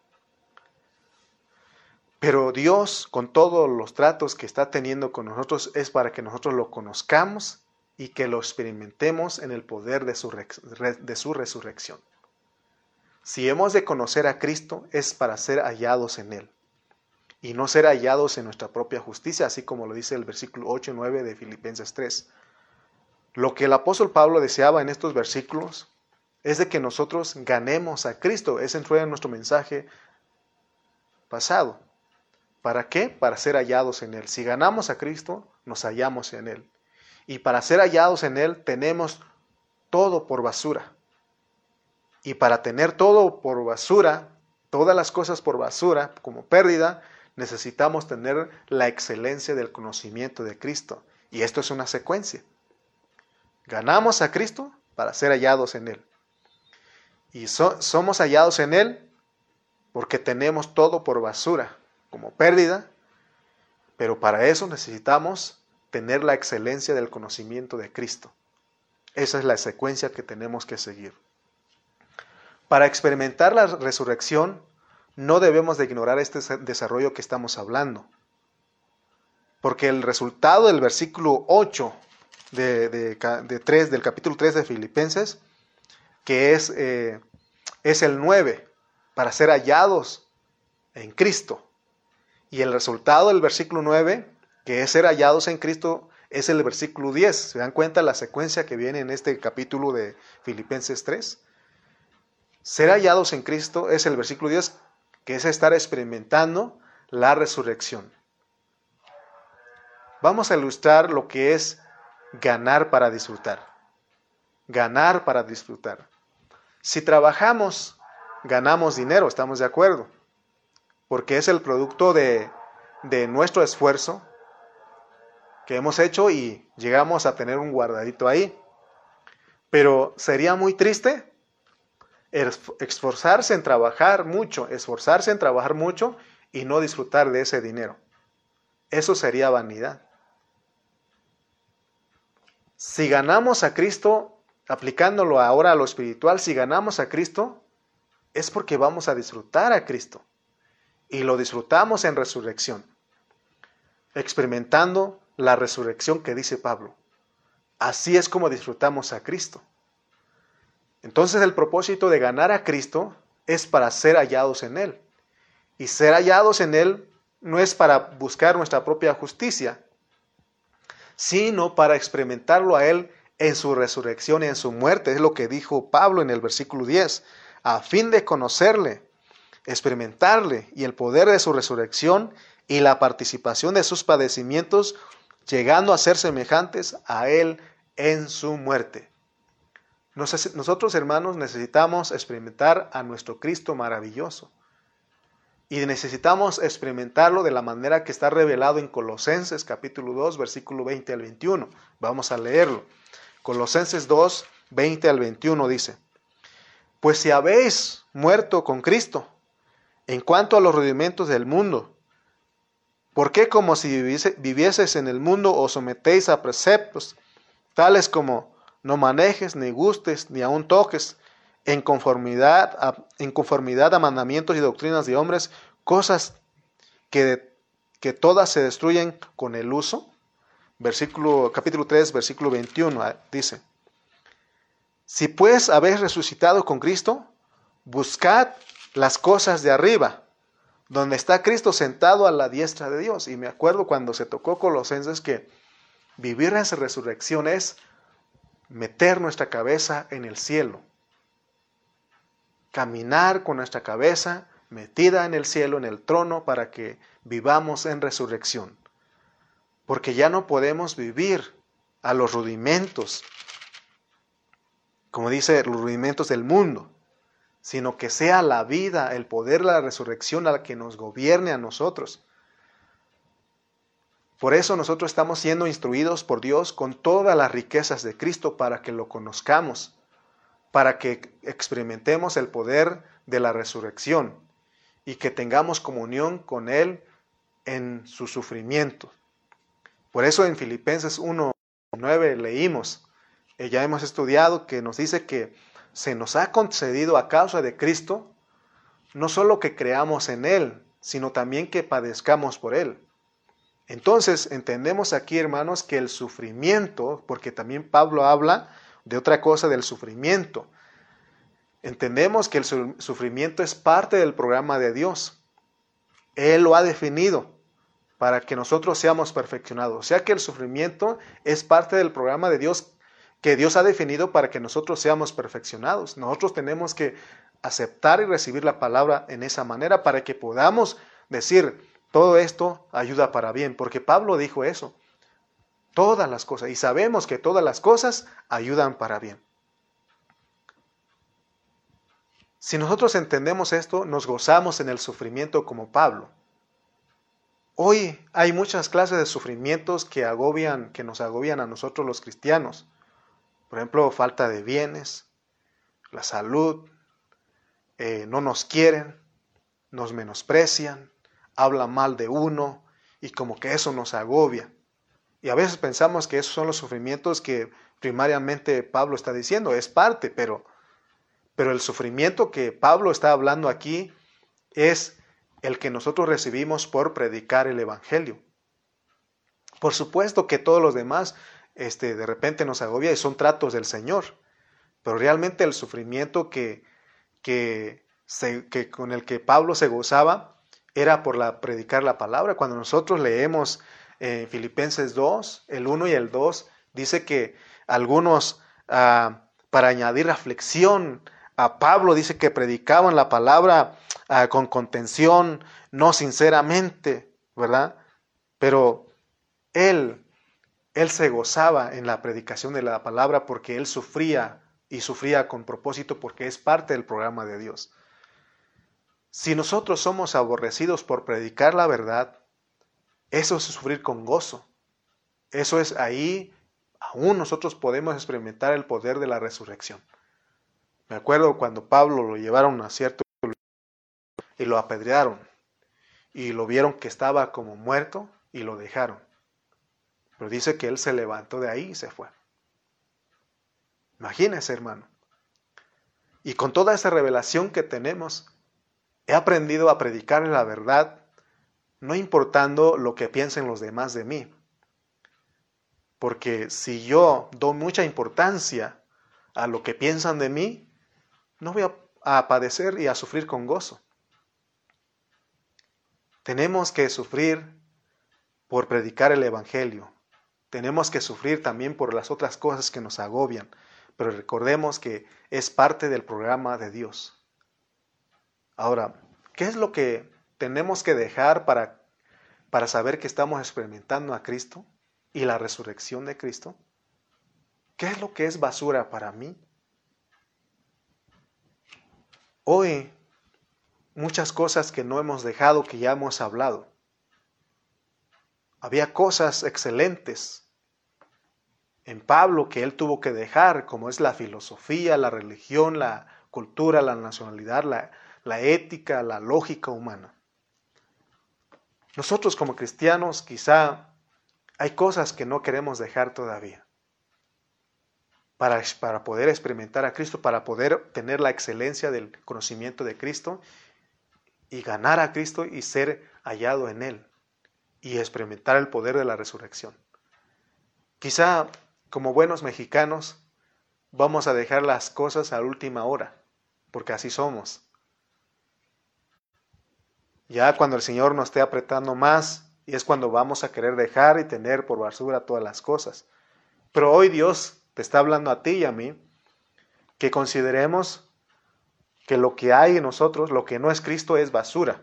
A: Pero Dios, con todos los tratos que está teniendo con nosotros, es para que nosotros lo conozcamos y que lo experimentemos en el poder de su, de su resurrección. Si hemos de conocer a Cristo, es para ser hallados en Él. Y no ser hallados en nuestra propia justicia, así como lo dice el versículo ocho y nueve de Filipenses tres. Lo que el apóstol Pablo deseaba en estos versículos es de que nosotros ganemos a Cristo. Ese fue en nuestro mensaje pasado. ¿Para qué? Para ser hallados en Él. Si ganamos a Cristo, nos hallamos en Él. Y para ser hallados en Él, tenemos todo por basura. Y para tener todo por basura, todas las cosas por basura, como pérdida, necesitamos tener la excelencia del conocimiento de Cristo. Y esto es una secuencia. Ganamos a Cristo para ser hallados en Él. Y so, somos hallados en Él porque tenemos todo por basura, como pérdida, pero para eso necesitamos tener la excelencia del conocimiento de Cristo. Esa es la secuencia que tenemos que seguir. Para experimentar la resurrección, no debemos de ignorar este desarrollo que estamos hablando. Porque el resultado del versículo ocho de, de, de tres, del capítulo tres de Filipenses, que es, eh, es el nueve, para ser hallados en Cristo. Y el resultado del versículo nueve, que es ser hallados en Cristo, es el versículo diez. ¿Se dan cuenta la secuencia que viene en este capítulo de Filipenses tres? Ser hallados en Cristo es el versículo diez, que es estar experimentando la resurrección. Vamos a ilustrar lo que es ganar para disfrutar. Ganar para disfrutar. Si trabajamos, ganamos dinero, ¿estamos de acuerdo? Porque es el producto de, de nuestro esfuerzo que hemos hecho y llegamos a tener un guardadito ahí. Pero sería muy triste esforzarse en trabajar mucho, esforzarse en trabajar mucho y no disfrutar de ese dinero. Eso sería vanidad. Si ganamos a Cristo, aplicándolo ahora a lo espiritual, si ganamos a Cristo, es porque vamos a disfrutar a Cristo. Y lo disfrutamos en resurrección, experimentando la resurrección que dice Pablo. Así es como disfrutamos a Cristo. Entonces el propósito de ganar a Cristo es para ser hallados en Él. Y ser hallados en Él no es para buscar nuestra propia justicia, sino para experimentarlo a Él en su resurrección y en su muerte. Es lo que dijo Pablo en el versículo diez. A fin de conocerle, experimentarle y el poder de su resurrección y la participación de sus padecimientos, llegando a ser semejantes a Él en su muerte. Nosotros, hermanos, necesitamos experimentar a nuestro Cristo maravilloso. Y necesitamos experimentarlo de la manera que está revelado en Colosenses capítulo dos, versículo veinte al veintiuno. Vamos a leerlo. Colosenses dos, veinte al veintiuno dice: Pues si habéis muerto con Cristo, en cuanto a los rudimentos del mundo, ¿Por qué como si viviese, vivieses en el mundo os sometéis a preceptos, tales como no manejes, ni gustes, ni aun toques, en conformidad a, en conformidad a mandamientos y doctrinas de hombres, cosas que, que todas se destruyen con el uso? Versículo, capítulo tres, versículo veintiuno, dice: si pues habéis resucitado con Cristo, buscad las cosas de arriba, donde está Cristo sentado a la diestra de Dios. Y me acuerdo cuando se tocó Colosenses que vivir esa resurrección es meter nuestra cabeza en el cielo. Caminar con nuestra cabeza metida en el cielo, en el trono, para que vivamos en resurrección. Porque ya no podemos vivir a los rudimentos, como dice, los rudimentos del mundo, sino que sea la vida, el poder de la resurrección la que nos gobierne a nosotros. Por eso nosotros estamos siendo instruidos por Dios con todas las riquezas de Cristo para que lo conozcamos, para que experimentemos el poder de la resurrección y que tengamos comunión con Él en su sufrimiento. Por eso en Filipenses uno nueve leímos, eh, ya hemos estudiado, que nos dice que se nos ha concedido a causa de Cristo, no solo que creamos en Él, sino también que padezcamos por Él. Entonces entendemos aquí, hermanos, que el sufrimiento, porque también Pablo habla de otra cosa, del sufrimiento. Entendemos que el sufrimiento es parte del programa de Dios. Él lo ha definido para que nosotros seamos perfeccionados. O sea que el sufrimiento es parte del programa de Dios que Dios ha definido para que nosotros seamos perfeccionados. Nosotros tenemos que aceptar y recibir la palabra en esa manera para que podamos decir: todo esto ayuda para bien, porque Pablo dijo eso. Todas las cosas, y sabemos que todas las cosas ayudan para bien. Si nosotros entendemos esto, nos gozamos en el sufrimiento como Pablo. Hoy hay muchas clases de sufrimientos que agobian, que nos agobian a nosotros los cristianos. Por ejemplo, falta de bienes, la salud, eh, no nos quieren, nos menosprecian, hablan mal de uno y como que eso nos agobia. Y a veces pensamos que esos son los sufrimientos que primariamente Pablo está diciendo, es parte, pero, pero el sufrimiento que Pablo está hablando aquí es el que nosotros recibimos por predicar el Evangelio. Por supuesto que todos los demás este, de repente nos agobia y son tratos del Señor, pero realmente el sufrimiento que, que, se, que con el que Pablo se gozaba era por la, predicar la palabra. Cuando nosotros leemos en eh, Filipenses dos, el uno y el dos, dice que algunos, ah, para añadir aflicción a Pablo, dice que predicaban la palabra ah, con contención, no sinceramente, ¿verdad? Pero él, él se gozaba en la predicación de la palabra porque él sufría y sufría con propósito porque es parte del programa de Dios. Si nosotros somos aborrecidos por predicar la verdad, eso es sufrir con gozo. Eso es ahí, aún nosotros podemos experimentar el poder de la resurrección. Me acuerdo cuando Pablo lo llevaron a cierto lugar y lo apedrearon y lo vieron que estaba como muerto y lo dejaron. Pero dice que él se levantó de ahí y se fue. Imagínense, hermano. Y con toda esa revelación que tenemos, he aprendido a predicar la verdad, no importando lo que piensen los demás de mí. Porque si yo doy mucha importancia a lo que piensan de mí, no voy a, a padecer y a sufrir con gozo. Tenemos que sufrir por predicar el Evangelio. Tenemos que sufrir también por las otras cosas que nos agobian. Pero recordemos que es parte del programa de Dios. Ahora, ¿qué es lo que tenemos que dejar para, para saber que estamos experimentando a Cristo y la resurrección de Cristo? ¿Qué es lo que es basura para mí? Hoy, muchas cosas que no hemos dejado, que ya hemos hablado. Había cosas excelentes en Pablo que él tuvo que dejar, como es la filosofía, la religión, la cultura, la nacionalidad, la, la ética, la lógica humana. Nosotros como cristianos quizá hay cosas que no queremos dejar todavía para, para poder experimentar a Cristo, para poder tener la excelencia del conocimiento de Cristo y ganar a Cristo y ser hallado en Él y experimentar el poder de la resurrección. Quizá como buenos mexicanos vamos a dejar las cosas a última hora, porque así somos. Ya cuando el Señor nos esté apretando más, y es cuando vamos a querer dejar y tener por basura todas las cosas. Pero hoy Dios te está hablando a ti y a mí, que consideremos que lo que hay en nosotros, lo que no es Cristo, es basura.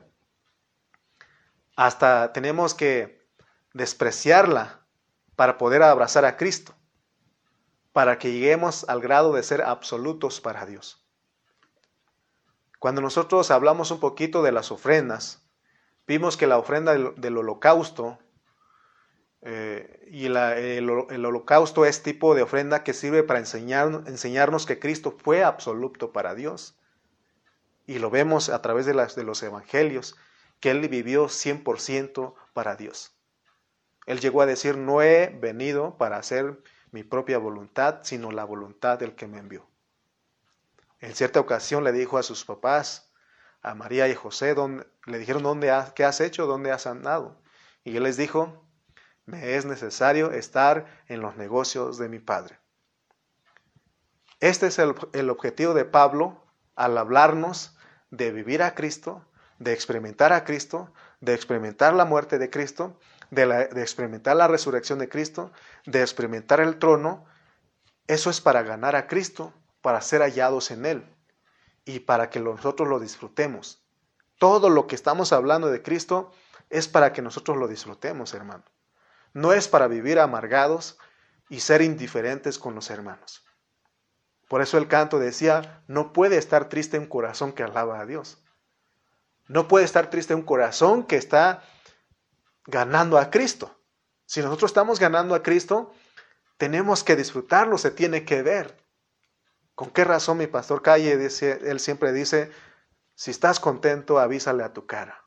A: Hasta tenemos que despreciarla para poder abrazar a Cristo, para que lleguemos al grado de ser absolutos para Dios. Cuando nosotros hablamos un poquito de las ofrendas, vimos que la ofrenda del, del holocausto, eh, y la, el, el holocausto es tipo de ofrenda que sirve para enseñar, enseñarnos que Cristo fue absoluto para Dios. Y lo vemos a través de, las, de los evangelios, que Él vivió cien por ciento para Dios. Él llegó a decir, no he venido para hacer mi propia voluntad, sino la voluntad del que me envió. En cierta ocasión le dijo a sus papás, a María y José, donde, le dijeron, ¿dónde has, ¿qué has hecho? ¿Dónde has andado? Y Él les dijo, me es necesario estar en los negocios de mi Padre. Este es el, el objetivo de Pablo al hablarnos de vivir a Cristo, de experimentar a Cristo, de experimentar la muerte de Cristo, de, la, de experimentar la resurrección de Cristo, de experimentar el trono. Eso es para ganar a Cristo, para ser hallados en Él y para que nosotros lo disfrutemos. Todo lo que estamos hablando de Cristo es para que nosotros lo disfrutemos, hermano. No es para vivir amargados y ser indiferentes con los hermanos. Por eso el canto decía, no puede estar triste un corazón que alaba a Dios. No puede estar triste un corazón que está ganando a Cristo. Si nosotros estamos ganando a Cristo, tenemos que disfrutarlo, se tiene que ver. ¿Con qué razón mi pastor Calle, dice, él siempre dice, si estás contento, avísale a tu cara?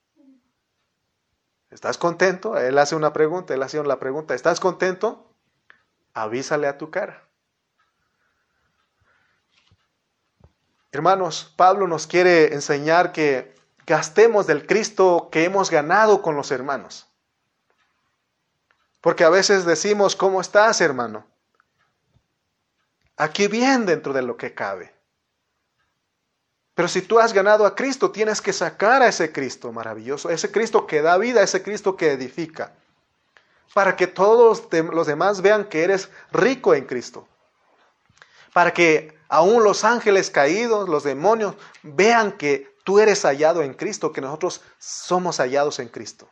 A: ¿Estás contento? Él hace una pregunta, él hace una pregunta, ¿estás contento? Avísale a tu cara. Hermanos, Pablo nos quiere enseñar que gastemos del Cristo que hemos ganado con los hermanos. Porque a veces decimos, ¿cómo estás, hermano? Aquí bien dentro de lo que cabe. Pero si tú has ganado a Cristo, tienes que sacar a ese Cristo maravilloso, ese Cristo que da vida, ese Cristo que edifica, para que todos los demás vean que eres rico en Cristo. Para que aún los ángeles caídos, los demonios, vean que tú eres hallado en Cristo, que nosotros somos hallados en Cristo.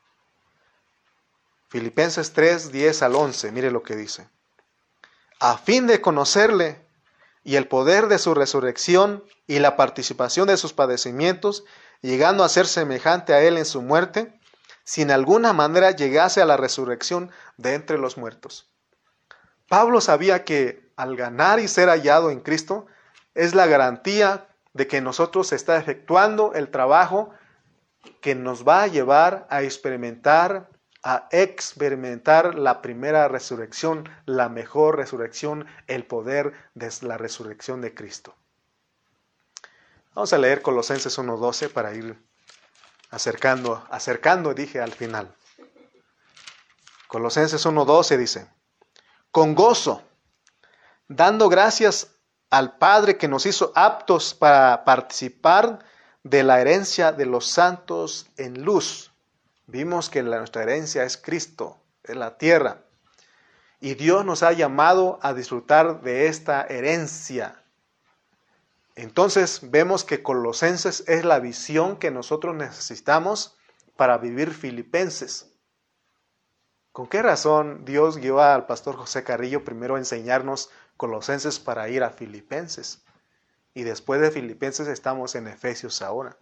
A: Filipenses tres, diez al once, mire lo que dice. A fin de conocerle y el poder de su resurrección y la participación de sus padecimientos, llegando a ser semejante a él en su muerte, si en alguna manera llegase a la resurrección de entre los muertos. Pablo sabía que al ganar y ser hallado en Cristo, es la garantía de que nosotros se está efectuando el trabajo que nos va a llevar a experimentar a experimentar la primera resurrección, la mejor resurrección, el poder de la resurrección de Cristo. Vamos a leer Colosenses uno doce para ir acercando, acercando, dije al final. Colosenses uno doce dice, con gozo, dando gracias al Padre que nos hizo aptos para participar de la herencia de los santos en luz. Vimos que la, nuestra herencia es Cristo, es la tierra. Y Dios nos ha llamado a disfrutar de esta herencia. Entonces vemos que Colosenses es la visión que nosotros necesitamos para vivir Filipenses. ¿Con qué razón Dios guió al pastor José Carrillo primero a enseñarnos Colosenses para ir a Filipenses? Y después de Filipenses estamos en Efesios ahora.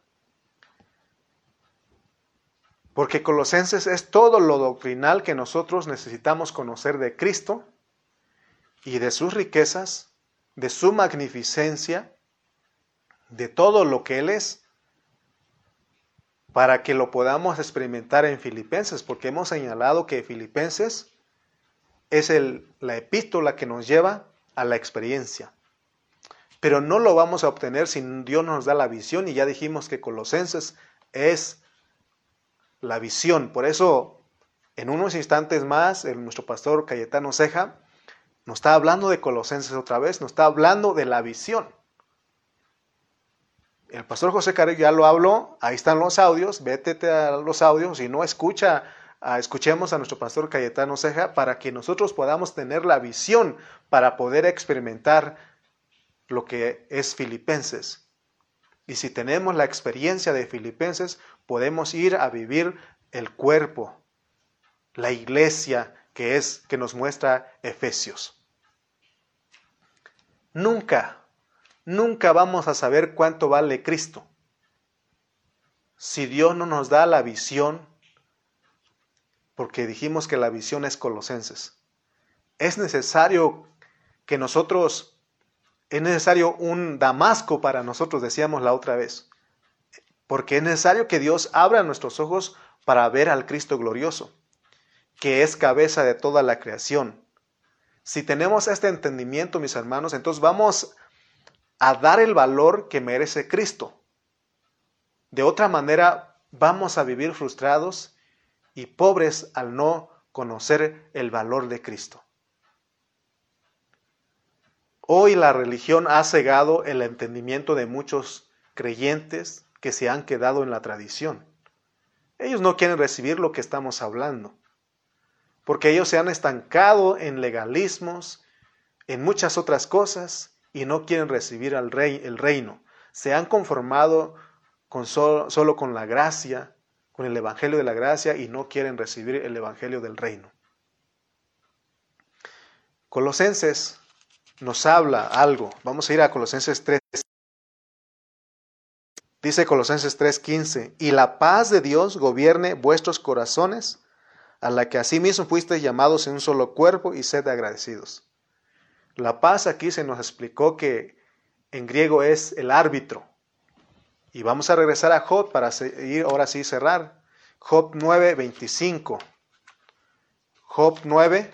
A: Porque Colosenses es todo lo doctrinal que nosotros necesitamos conocer de Cristo y de sus riquezas, de su magnificencia, de todo lo que Él es. para que lo podamos experimentar en Filipenses, porque hemos señalado que Filipenses es el, la epístola que nos lleva a la experiencia. Pero no lo vamos a obtener si Dios nos da la visión, y ya dijimos que Colosenses es la visión. Por eso, en unos instantes más, el, nuestro pastor Cayetano Ceja nos está hablando de Colosenses otra vez, nos está hablando de la visión. El pastor José Carrillo ya lo habló, ahí están los audios, vete a los audios, si no escucha, a, escuchemos a nuestro pastor Cayetano Ceja para que nosotros podamos tener la visión para poder experimentar lo que es Filipenses. Y si tenemos la experiencia de Filipenses, podemos ir a vivir el cuerpo, la iglesia que es que nos muestra Efesios. Nunca, nunca vamos a saber cuánto vale Cristo si Dios no nos da la visión, porque dijimos que la visión es Colosenses. Es necesario que nosotros, es necesario un Damasco para nosotros, decíamos la otra vez, porque es necesario que Dios abra nuestros ojos para ver al Cristo glorioso, que es cabeza de toda la creación. Si tenemos este entendimiento, mis hermanos, entonces vamos a dar el valor que merece Cristo. De otra manera, vamos a vivir frustrados y pobres al no conocer el valor de Cristo. Hoy la religión ha cegado el entendimiento de muchos creyentes que se han quedado en la tradición. Ellos no quieren recibir lo que estamos hablando, porque ellos se han estancado en legalismos, en muchas otras cosas, y no quieren recibir al rey, el reino. Se han conformado con solo, solo con la gracia, con el evangelio de la gracia, y no quieren recibir el evangelio del reino. Colosenses nos habla algo. Vamos a ir a Colosenses tres. Dice Colosenses tres quince, y la paz de Dios gobierne vuestros corazones, a la que asimismo fuisteis llamados en un solo cuerpo, y sed agradecidos. La paz aquí se nos explicó que en griego es el árbitro. Y vamos a regresar a Job para seguir, ahora sí cerrar. Job nueve veinticinco. Job nueve.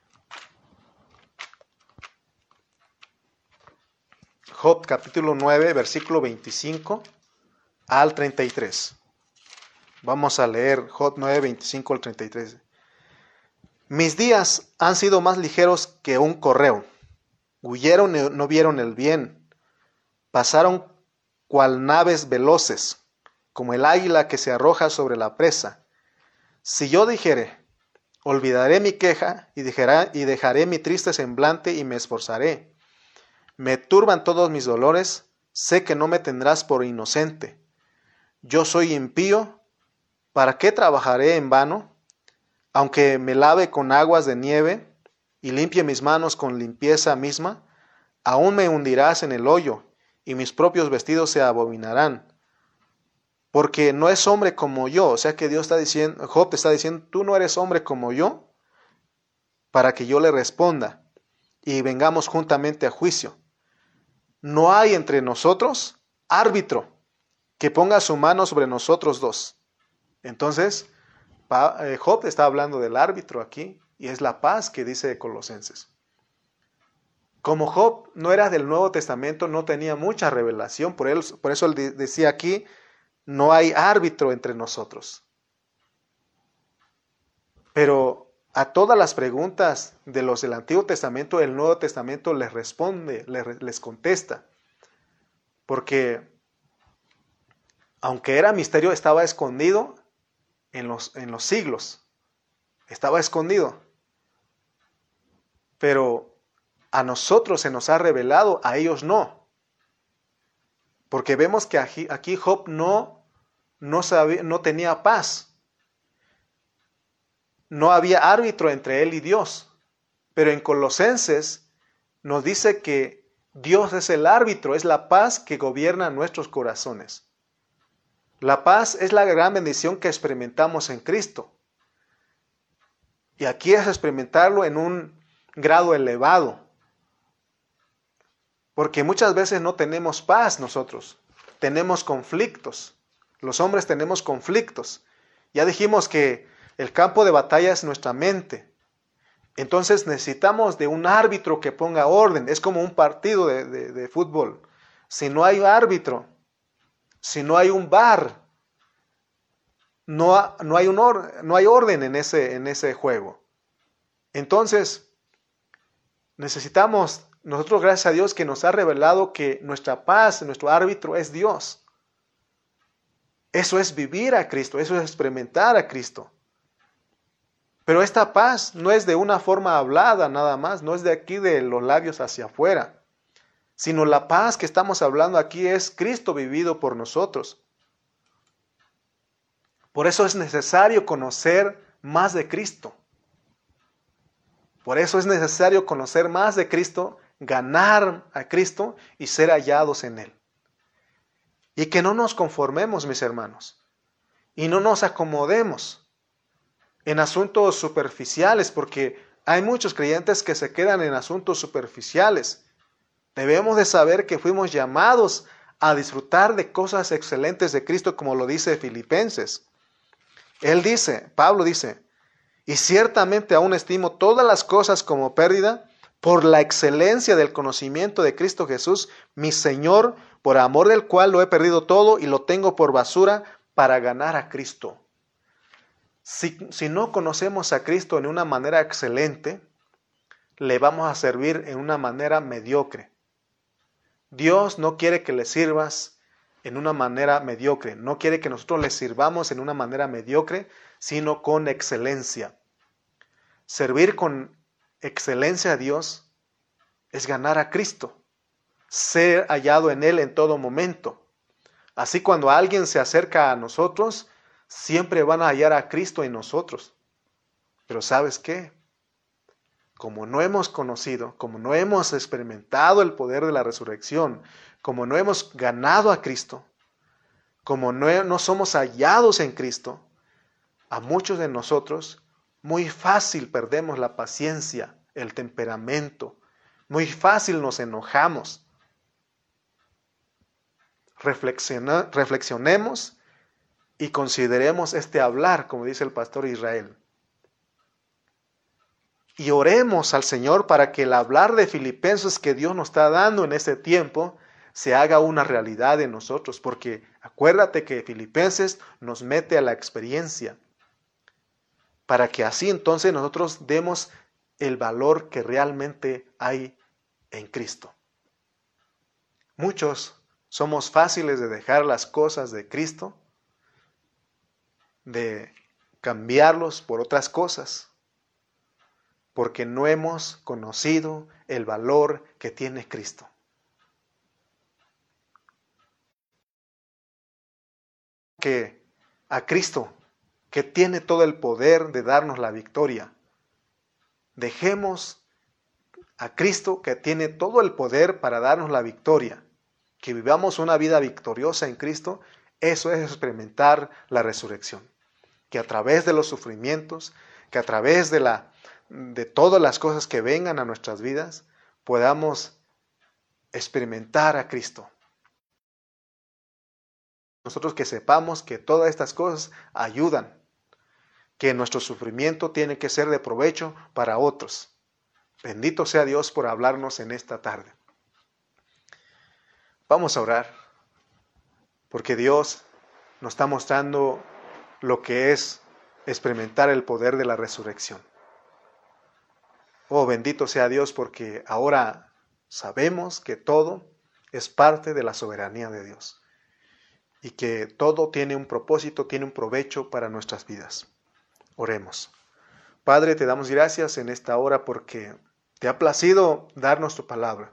A: Job capítulo nueve, versículo veinticinco al treinta y tres. Vamos a leer Job nueve, veinticinco al treinta y tres. Mis días han sido más ligeros que un correo. Huyeron y no vieron el bien. Pasaron cual naves veloces, como el águila que se arroja sobre la presa. Si yo dijere, olvidaré mi queja y dejaré, y dejaré mi triste semblante y me esforzaré. Me turban todos mis dolores, sé que no me tendrás por inocente. Yo soy impío, ¿para qué trabajaré en vano? Aunque me lave con aguas de nieve y limpie mis manos con limpieza misma, aún me hundirás en el hoyo y mis propios vestidos se abominarán. Porque no es hombre como yo, o sea que Dios está diciendo, Job te está diciendo, tú no eres hombre como yo, para que yo le responda y vengamos juntamente a juicio. No hay entre nosotros árbitro que ponga su mano sobre nosotros dos. Entonces, Job está hablando del árbitro aquí, y es la paz que dice Colosenses. Como Job no era del Nuevo Testamento, no tenía mucha revelación, por, él, por eso él decía aquí, no hay árbitro entre nosotros. Pero a todas las preguntas de los del Antiguo Testamento, el Nuevo Testamento les responde, les, les contesta. Porque aunque era misterio, estaba escondido en los, en los siglos. Estaba escondido. Pero a nosotros se nos ha revelado, a ellos no. Porque vemos que aquí, aquí Job no, no, sabía, no tenía paz. No había árbitro entre él y Dios. Pero en Colosenses nos dice que Dios es el árbitro, es la paz que gobierna nuestros corazones. La paz es la gran bendición que experimentamos en Cristo. Y aquí es experimentarlo en un grado elevado. Porque muchas veces no tenemos paz nosotros, tenemos conflictos. Los hombres tenemos conflictos. Ya dijimos que el campo de batalla es nuestra mente. Entonces necesitamos de un árbitro que ponga orden. Es como un partido de, de, de fútbol. Si no hay árbitro, si no hay un V A R, no, no, hay, un or, no hay orden en ese, en ese juego. Entonces, necesitamos, nosotros gracias a Dios que nos ha revelado que nuestra paz, nuestro árbitro es Dios. Eso es vivir a Cristo, eso es experimentar a Cristo. Pero esta paz no es de una forma hablada nada más, no es de aquí de los labios hacia afuera, sino la paz que estamos hablando aquí es Cristo vivido por nosotros. Por eso es necesario conocer más de Cristo. Por eso es necesario conocer más de Cristo, ganar a Cristo y ser hallados en Él. Y que no nos conformemos, mis hermanos, y no nos acomodemos en asuntos superficiales, porque hay muchos creyentes que se quedan en asuntos superficiales. Debemos de saber que fuimos llamados a disfrutar de cosas excelentes de Cristo, como lo dice Filipenses. Él dice, Pablo dice, y ciertamente aún estimo todas las cosas como pérdida por la excelencia del conocimiento de Cristo Jesús, mi Señor, por amor del cual lo he perdido todo y lo tengo por basura para ganar a Cristo. Si, si no conocemos a Cristo en una manera excelente, le vamos a servir en una manera mediocre. Dios no quiere que le sirvas en una manera mediocre, no quiere que nosotros le sirvamos en una manera mediocre, sino con excelencia. Servir con excelencia a Dios es ganar a Cristo, ser hallado en Él en todo momento. Así cuando alguien se acerca a nosotros, siempre van a hallar a Cristo en nosotros. Pero ¿sabes qué? Como no hemos conocido, como no hemos experimentado el poder de la resurrección, como no hemos ganado a Cristo, como no, no somos hallados en Cristo, a muchos de nosotros muy fácil perdemos la paciencia, el temperamento, muy fácil nos enojamos. Reflexiona, reflexionemos y consideremos este hablar, como dice el pastor Israel. Y oremos al Señor para que el hablar de Filipenses que Dios nos está dando en este tiempo se haga una realidad en nosotros. Porque acuérdate que Filipenses nos mete a la experiencia. Para que así entonces nosotros demos el valor que realmente hay en Cristo. Muchos somos fáciles de dejar las cosas de Cristo, de cambiarlos por otras cosas, porque no hemos conocido el valor que tiene Cristo. Que a Cristo, que tiene todo el poder de darnos la victoria, dejemos a Cristo, que tiene todo el poder para darnos la victoria, que vivamos una vida victoriosa en Cristo. Eso es experimentar la resurrección. Que a través de los sufrimientos, que a través de la de todas las cosas que vengan a nuestras vidas, podamos experimentar a Cristo. Nosotros que sepamos que todas estas cosas ayudan, que nuestro sufrimiento tiene que ser de provecho para otros. Bendito sea Dios por hablarnos en esta tarde. Vamos a orar, porque Dios nos está mostrando lo que es experimentar el poder de la resurrección. Oh, bendito sea Dios, porque ahora sabemos que todo es parte de la soberanía de Dios y que todo tiene un propósito, tiene un provecho para nuestras vidas. Oremos. Padre, te damos gracias en esta hora porque te ha placido darnos tu palabra.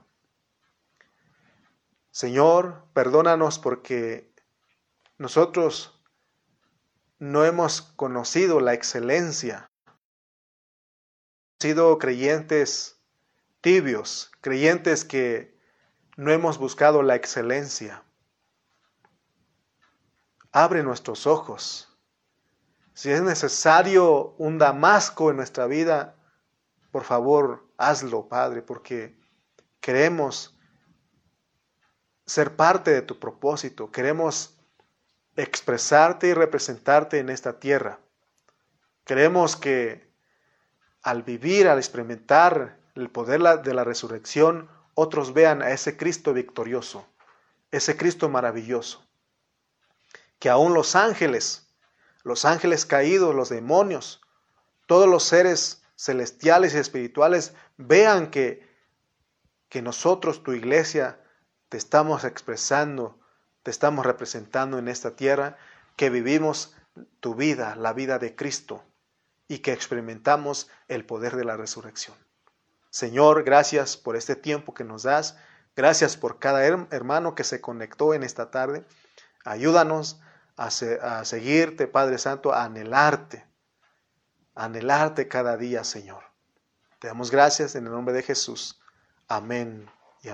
A: Señor, perdónanos porque nosotros no hemos conocido la excelencia. Hemos sido creyentes tibios, creyentes que no hemos buscado la excelencia. Abre nuestros ojos. Si es necesario un Damasco en nuestra vida, por favor, hazlo, Padre, porque queremos ser parte de tu propósito. Queremos expresarte y representarte en esta tierra. Queremos que al vivir, al experimentar el poder de la resurrección, otros vean a ese Cristo victorioso, ese Cristo maravilloso. Que aún los ángeles, los ángeles caídos, los demonios, todos los seres celestiales y espirituales vean que, que nosotros, tu iglesia, te estamos expresando, te estamos representando en esta tierra, que vivimos tu vida, la vida de Cristo, y que experimentamos el poder de la resurrección. Señor, gracias por este tiempo que nos das. Gracias por cada hermano que se conectó en esta tarde. Ayúdanos a, se, a seguirte, Padre Santo, a anhelarte, a anhelarte cada día, Señor. Te damos gracias en el nombre de Jesús. Amén.